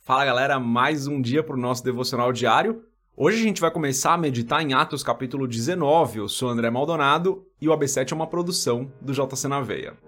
Fala galera, mais um dia para o nosso devocional diário. Hoje a gente vai começar a meditar em Atos capítulo 19. Eu sou André Maldonado e o AB7 é uma produção do JC na Veia.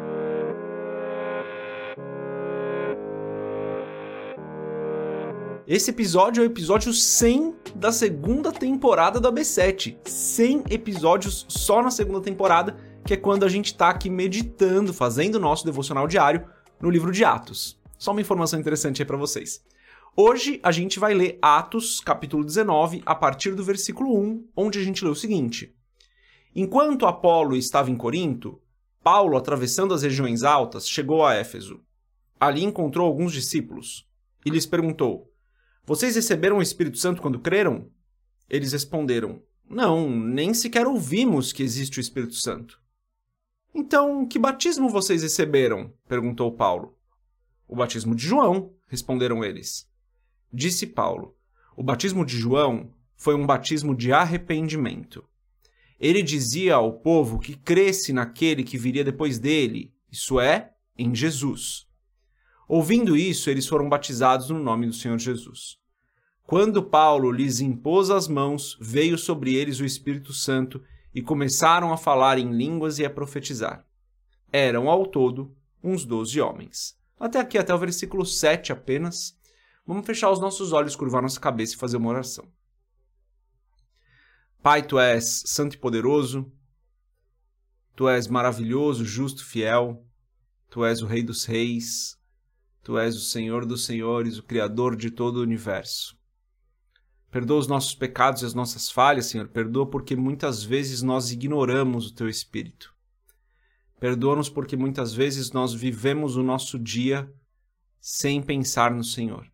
Esse episódio é o episódio 100 da segunda temporada do AB7. 100 episódios só na segunda temporada, que é quando a gente está aqui meditando, fazendo o nosso devocional diário no livro de Atos. Só uma informação interessante aí para vocês. Hoje a gente vai ler Atos, capítulo 19, a partir do versículo 1, onde a gente lê o seguinte. Enquanto Apolo estava em Corinto, Paulo, atravessando as regiões altas, chegou a Éfeso. Ali encontrou alguns discípulos e lhes perguntou: Vocês receberam o Espírito Santo quando creram? Eles responderam: Não, nem sequer ouvimos que existe o Espírito Santo. Então, que batismo vocês receberam? Perguntou Paulo. O batismo de João, responderam eles. Disse Paulo: O batismo de João foi um batismo de arrependimento. Ele dizia ao povo que cresce naquele que viria depois dele, isso é, em Jesus. Ouvindo isso, eles foram batizados no nome do Senhor Jesus. Quando Paulo lhes impôs as mãos, veio sobre eles o Espírito Santo e começaram a falar em línguas e a profetizar. Eram, ao todo, uns 12 homens. Até aqui, até o versículo 7 apenas. Vamos fechar os nossos olhos, curvar nossa cabeça e fazer uma oração. Pai, Tu és santo e poderoso, Tu és maravilhoso, justo, fiel, Tu és o Rei dos reis, Tu és o Senhor dos senhores, o Criador de todo o universo. Perdoa os nossos pecados e as nossas falhas, Senhor. Perdoa porque muitas vezes nós ignoramos o Teu Espírito. Perdoa-nos porque muitas vezes nós vivemos o nosso dia sem pensar no Senhor.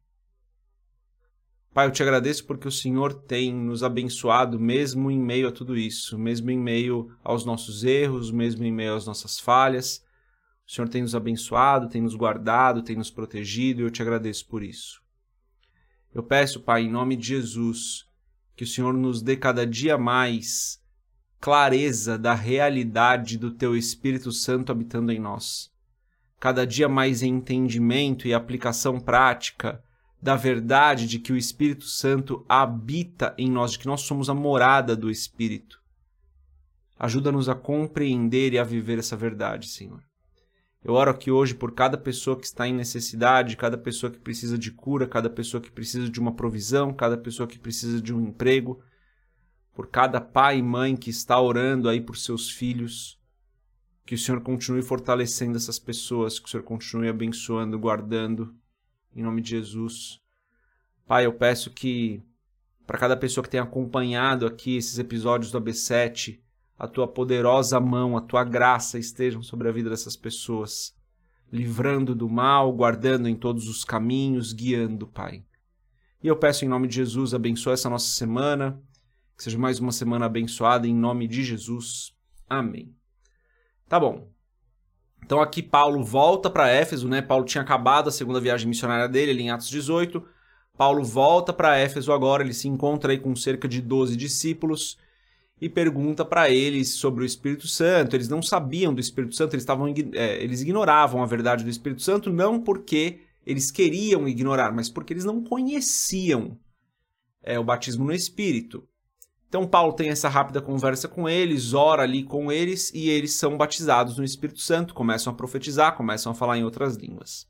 Pai, eu Te agradeço porque o Senhor tem nos abençoado mesmo em meio a tudo isso, mesmo em meio aos nossos erros, mesmo em meio às nossas falhas. O Senhor tem nos abençoado, tem nos guardado, tem nos protegido e eu Te agradeço por isso. Eu peço, Pai, em nome de Jesus, que o Senhor nos dê cada dia mais clareza da realidade do Teu Espírito Santo habitando em nós. Cada dia mais entendimento e aplicação prática da verdade de que o Espírito Santo habita em nós, de que nós somos a morada do Espírito. Ajuda-nos a compreender e a viver essa verdade, Senhor. Eu oro aqui hoje por cada pessoa que está em necessidade, cada pessoa que precisa de cura, cada pessoa que precisa de uma provisão, cada pessoa que precisa de um emprego, por cada pai e mãe que está orando aí por seus filhos, que o Senhor continue fortalecendo essas pessoas, que o Senhor continue abençoando, guardando, em nome de Jesus. Pai, eu peço que, para cada pessoa que tem acompanhado aqui esses episódios do AB7, a Tua poderosa mão, a Tua graça estejam sobre a vida dessas pessoas, livrando do mal, guardando em todos os caminhos, guiando, Pai. E eu peço em nome de Jesus, abençoa essa nossa semana, que seja mais uma semana abençoada em nome de Jesus. Amém. Tá bom. Então aqui Paulo volta para Éfeso, né? Paulo tinha acabado a segunda viagem missionária dele, ali em Atos 18. Paulo volta para Éfeso agora, ele se encontra aí com cerca de 12 discípulos e pergunta para eles sobre o Espírito Santo. Eles não sabiam do Espírito Santo, eles ignoravam a verdade do Espírito Santo, não porque eles queriam ignorar, mas porque eles não conheciam o batismo no Espírito. Então Paulo tem essa rápida conversa com eles, ora ali com eles e eles são batizados no Espírito Santo, começam a profetizar, começam a falar em outras línguas.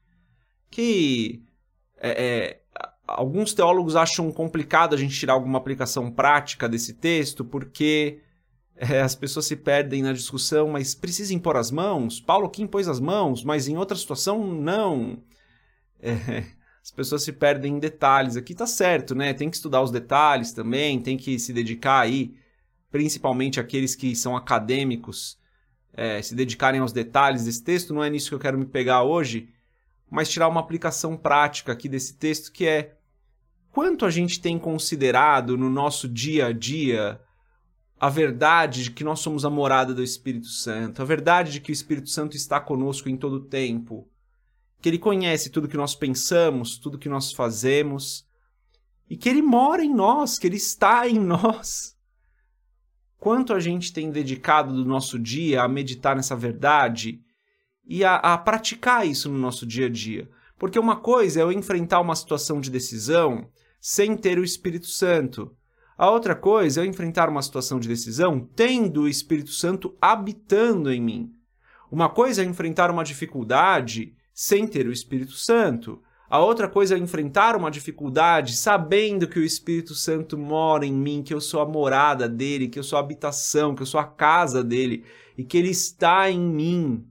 Alguns teólogos acham complicado a gente tirar alguma aplicação prática desse texto, porque as pessoas se perdem na discussão, mas precisa impor as mãos? Paulo aqui impôs as mãos, mas em outra situação não. As pessoas se perdem em detalhes. Aqui tá certo, né? Tem que estudar os detalhes também, tem que se dedicar aí, principalmente aqueles que são acadêmicos, se dedicarem aos detalhes desse texto. Não é nisso que eu quero me pegar hoje, mas tirar uma aplicação prática aqui desse texto, que é quanto a gente tem considerado no nosso dia a dia a verdade de que nós somos a morada do Espírito Santo, a verdade de que o Espírito Santo está conosco em todo o tempo, que Ele conhece tudo que nós pensamos, tudo que nós fazemos, e que Ele mora em nós, que Ele está em nós. Quanto a gente tem dedicado do nosso dia a meditar nessa verdade e a praticar isso no nosso dia a dia. Porque uma coisa é eu enfrentar uma situação de decisão sem ter o Espírito Santo. A outra coisa é eu enfrentar uma situação de decisão tendo o Espírito Santo habitando em mim. Uma coisa é enfrentar uma dificuldade sem ter o Espírito Santo. A outra coisa é enfrentar uma dificuldade sabendo que o Espírito Santo mora em mim, que eu sou a morada dele, que eu sou a habitação, que eu sou a casa dele e que ele está em mim.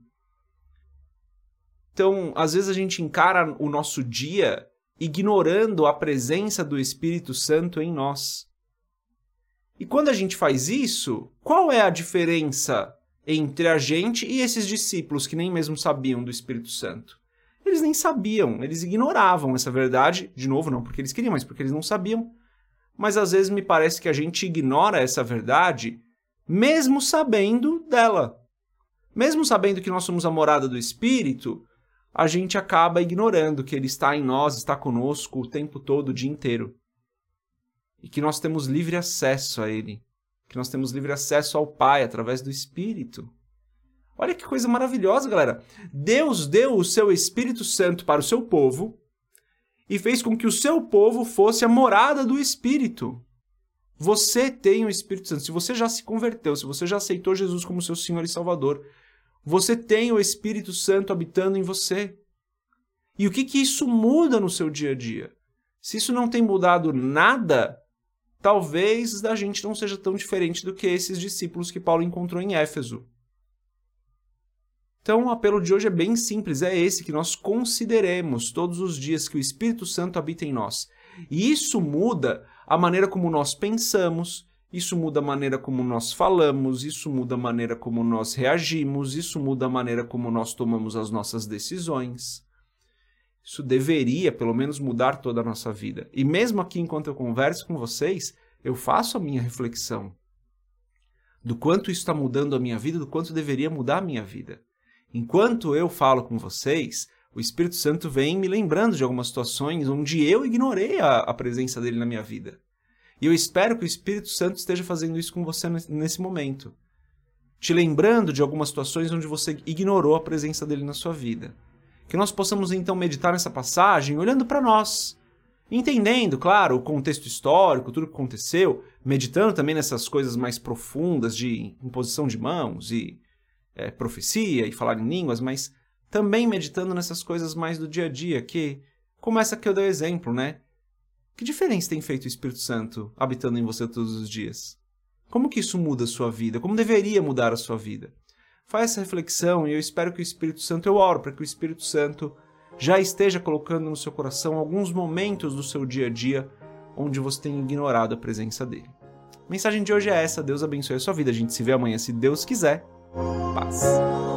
Então, às vezes a gente encara o nosso dia ignorando a presença do Espírito Santo em nós. E quando a gente faz isso, qual é a diferença entre a gente e esses discípulos que nem mesmo sabiam do Espírito Santo? Eles nem sabiam, eles ignoravam essa verdade, de novo, não porque eles queriam, mas porque eles não sabiam. Mas às vezes me parece que a gente ignora essa verdade, mesmo sabendo dela. Mesmo sabendo que nós somos a morada do Espírito, a gente acaba ignorando que ele está em nós, está conosco o tempo todo, o dia inteiro. E que nós temos livre acesso a ele, que nós temos livre acesso ao Pai através do Espírito. Olha que coisa maravilhosa, galera. Deus deu o seu Espírito Santo para o seu povo e fez com que o seu povo fosse a morada do Espírito. Você tem o Espírito Santo. Se você já se converteu, se você já aceitou Jesus como seu Senhor e Salvador, você tem o Espírito Santo habitando em você. E o que isso muda no seu dia a dia? Se isso não tem mudado nada, talvez a gente não seja tão diferente do que esses discípulos que Paulo encontrou em Éfeso. Então, o apelo de hoje é bem simples, é esse, que nós consideremos todos os dias que o Espírito Santo habita em nós. E isso muda a maneira como nós pensamos, isso muda a maneira como nós falamos, isso muda a maneira como nós reagimos, isso muda a maneira como nós tomamos as nossas decisões. Isso deveria, pelo menos, mudar toda a nossa vida. E mesmo aqui, enquanto eu converso com vocês, eu faço a minha reflexão do quanto isso está mudando a minha vida, do quanto deveria mudar a minha vida. Enquanto eu falo com vocês, o Espírito Santo vem me lembrando de algumas situações onde eu ignorei a presença dele na minha vida. E eu espero que o Espírito Santo esteja fazendo isso com você nesse momento. Te lembrando de algumas situações onde você ignorou a presença dele na sua vida. Que nós possamos então meditar nessa passagem olhando para nós. Entendendo, claro, o contexto histórico, tudo o que aconteceu, meditando também nessas coisas mais profundas de imposição de mãos e profecia e falar em línguas, mas também meditando nessas coisas mais do dia a dia, que, como essa que eu dei exemplo, né? Que diferença tem feito o Espírito Santo habitando em você todos os dias? Como que isso muda a sua vida? Como deveria mudar a sua vida? Faz essa reflexão e eu espero que o Espírito Santo, eu oro para que o Espírito Santo já esteja colocando no seu coração alguns momentos do seu dia a dia onde você tem ignorado a presença dele. A mensagem de hoje é essa, Deus abençoe a sua vida. A gente se vê amanhã, se Deus quiser. Paz.